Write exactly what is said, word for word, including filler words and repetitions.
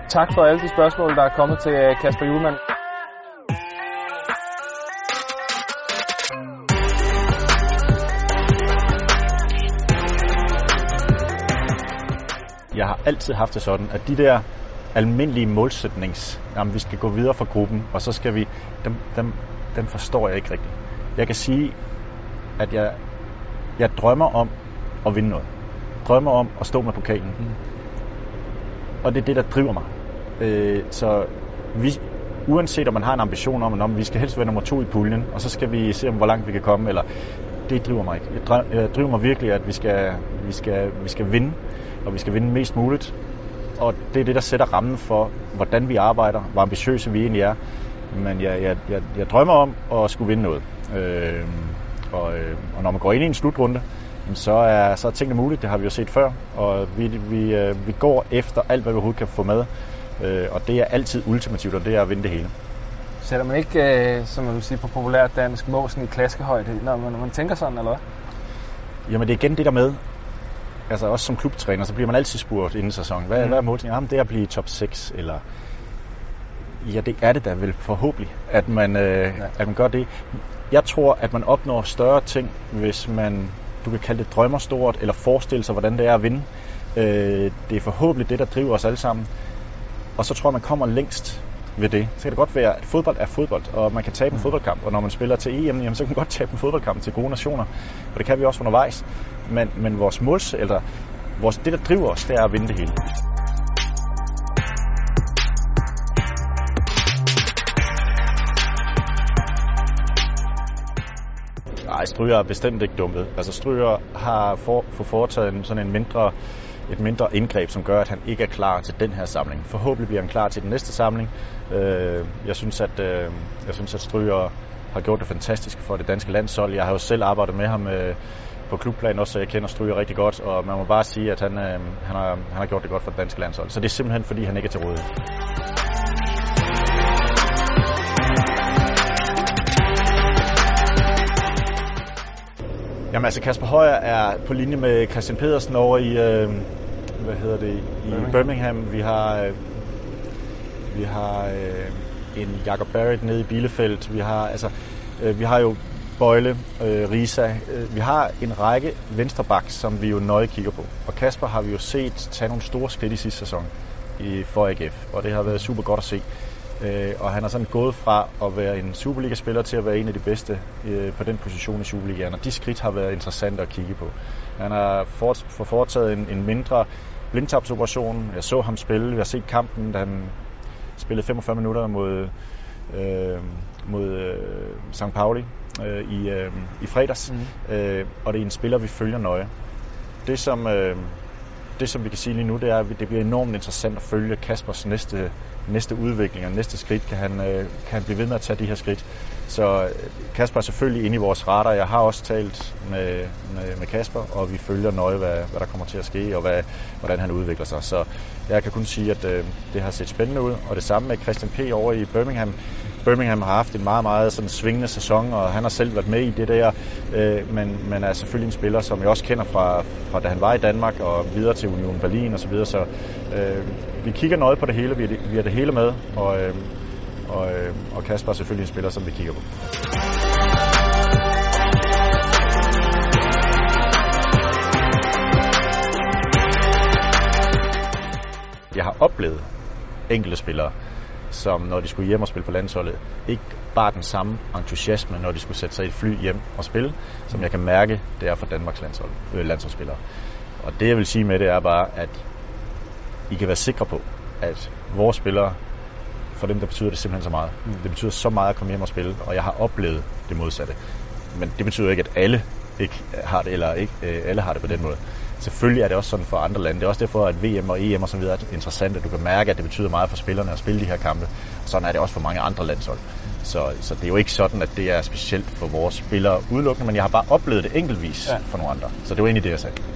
Tak for alle de spørgsmål, der er kommet til Kasper Hjulmand. Jeg har altid haft det sådan, at de der almindelige målsætnings, jamen vi skal gå videre fra gruppen, og så skal vi, dem, dem, dem forstår jeg ikke rigtigt. Jeg kan sige, at jeg, jeg drømmer om at vinde noget. Drømmer om at stå med pokalen. Mm. Og det er det, der driver mig. Øh, så vi, uanset om man har en ambition om, at vi skal helst være nummer to i puljen, og så skal vi se, hvor langt vi kan komme, eller det driver mig ikke. Jeg driver, jeg driver mig virkelig, at vi skal, vi, skal, vi skal vinde, og vi skal vinde mest muligt. Og det er det, der sætter rammen for, hvordan vi arbejder, hvor ambitiøse vi egentlig er. Men jeg, jeg, jeg, jeg drømmer om at skulle vinde noget. Øh, og, og når man går ind i en slutrunde, så er, så er tingene muligt. Det har vi jo set før. Og vi, vi, vi går efter alt, hvad vi overhovedet kan få med. Øh, og det er altid ultimativt, og det er at vinde det hele. Sætter man ikke, som man vil sige på populært dansk, måsen i klaskehøjde, når man, når man tænker sådan, eller hvad? Jamen det er igen det der med, altså også som klubtræner, så bliver man altid spurgt inden sæsonen. Hvad, mm. hvad er målsætningen? Jamen det er at blive top seks, eller... Ja, det er det da vel forhåbentlig, at man, øh, ja. at man gør det. Jeg tror, at man opnår større ting, hvis man, du kan kalde det drømmer stort, eller forestille sig, hvordan det er at vinde. Øh, det er forhåbentlig det, der driver os alle sammen. Og så tror jeg, man kommer længst ved det. Så kan det godt være, at fodbold er fodbold, og man kan tabe en fodboldkamp. Og når man spiller til E M, jamen, så kan man godt tabe en fodboldkamp til gode nationer. Og det kan vi også undervejs. Men, men vores måls, eller vores, det, der driver os, det er at vinde det hele. Nej, Stryger er bestemt ikke dumpet. Altså Stryger har for, for foretaget en, sådan en mindre, et mindre indgreb, som gør, at han ikke er klar til den her samling. Forhåbentlig bliver han klar til den næste samling. Øh, jeg synes, at, øh, jeg synes, at Stryger har gjort det fantastisk for det danske landshold. Jeg har jo selv arbejdet med ham øh, på klubplan også, så jeg kender Stryger rigtig godt. Og man må bare sige, at han, øh, han, har, han har gjort det godt for det danske landshold. Så det er simpelthen, fordi han ikke er til rådighed. Jamen altså Kasper Højer er på linje med Christian Pedersen over i øh, hvad hedder det i Birmingham. Birmingham. Vi har øh, vi har øh, en Jacob Barrett nede i Bielefeld. Vi har altså øh, vi har jo Bøjle, øh, Risa. Øh, vi har en række venstrebacks, som vi jo nøje kigger på. Og Kasper har vi jo set tage nogle store skridt i sidste sæson i for A G F, og det har været super godt at se. Øh, og han er sådan gået fra at være en Superliga-spiller til at være en af de bedste øh, på den position i Superligaen, og de skridt har været interessante at kigge på. Han har fort, for foretaget en, en mindre blindtabsoperation. Jeg så ham spille, jeg har set kampen, da han spillede femogfyrre minutter mod, øh, mod øh, Sankt Pauli øh, i, øh, i fredags, mm. øh, og det er en spiller, vi følger nøje. Det som... Øh, Det, som vi kan sige lige nu, det er, at det bliver enormt interessant at følge Kaspers næste, næste udvikling og næste skridt. Kan han, kan han blive ved med at tage de her skridt? Så Kasper er selvfølgelig inde i vores radar. Jeg har også talt med, med, med Kasper, og vi følger nøje, hvad, hvad der kommer til at ske, og hvad, hvordan han udvikler sig. Så jeg kan kun sige, at øh, det har set spændende ud. Og det samme med Christian P. over i Birmingham. Birmingham har haft en meget, meget sådan svingende sæson, og han har selv været med i det der. Øh, men, men er selvfølgelig en spiller, som jeg også kender fra, fra da han var i Danmark, og videre til Union Berlin og så videre. Så øh, vi kigger nøje på det hele. Vi er det, vi er det hele med, og, øh, og, øh, og Kasper er selvfølgelig en spiller, som vi kigger på. Jeg har oplevet enkelte spillere, som når de skulle hjem og spille på landsholdet, ikke bare den samme entusiasme, når de skulle sætte sig i et fly hjem og spille, som jeg kan mærke, det er for Danmarks landshold, øh, landsholdsspillere. Og det jeg vil sige med det er bare, at I kan være sikre på, at vores spillere, for dem der betyder det simpelthen så meget. Mm. Det betyder så meget at komme hjem og spille, og jeg har oplevet det modsatte. Men det betyder ikke, at alle ikke har det, eller ikke øh, alle har det på den måde. Selvfølgelig er det også sådan for andre lande. Det er også derfor, at V M og E M og så videre er interessant, at du kan mærke, at det betyder meget for spillerne at spille de her kampe. Og sådan er det også for mange andre landshold. Så, så det er jo ikke sådan, at det er specielt for vores spillere udelukkende, men jeg har bare oplevet det enkeltvis ja. for nogle andre. Så det var egentlig det, jeg sagde.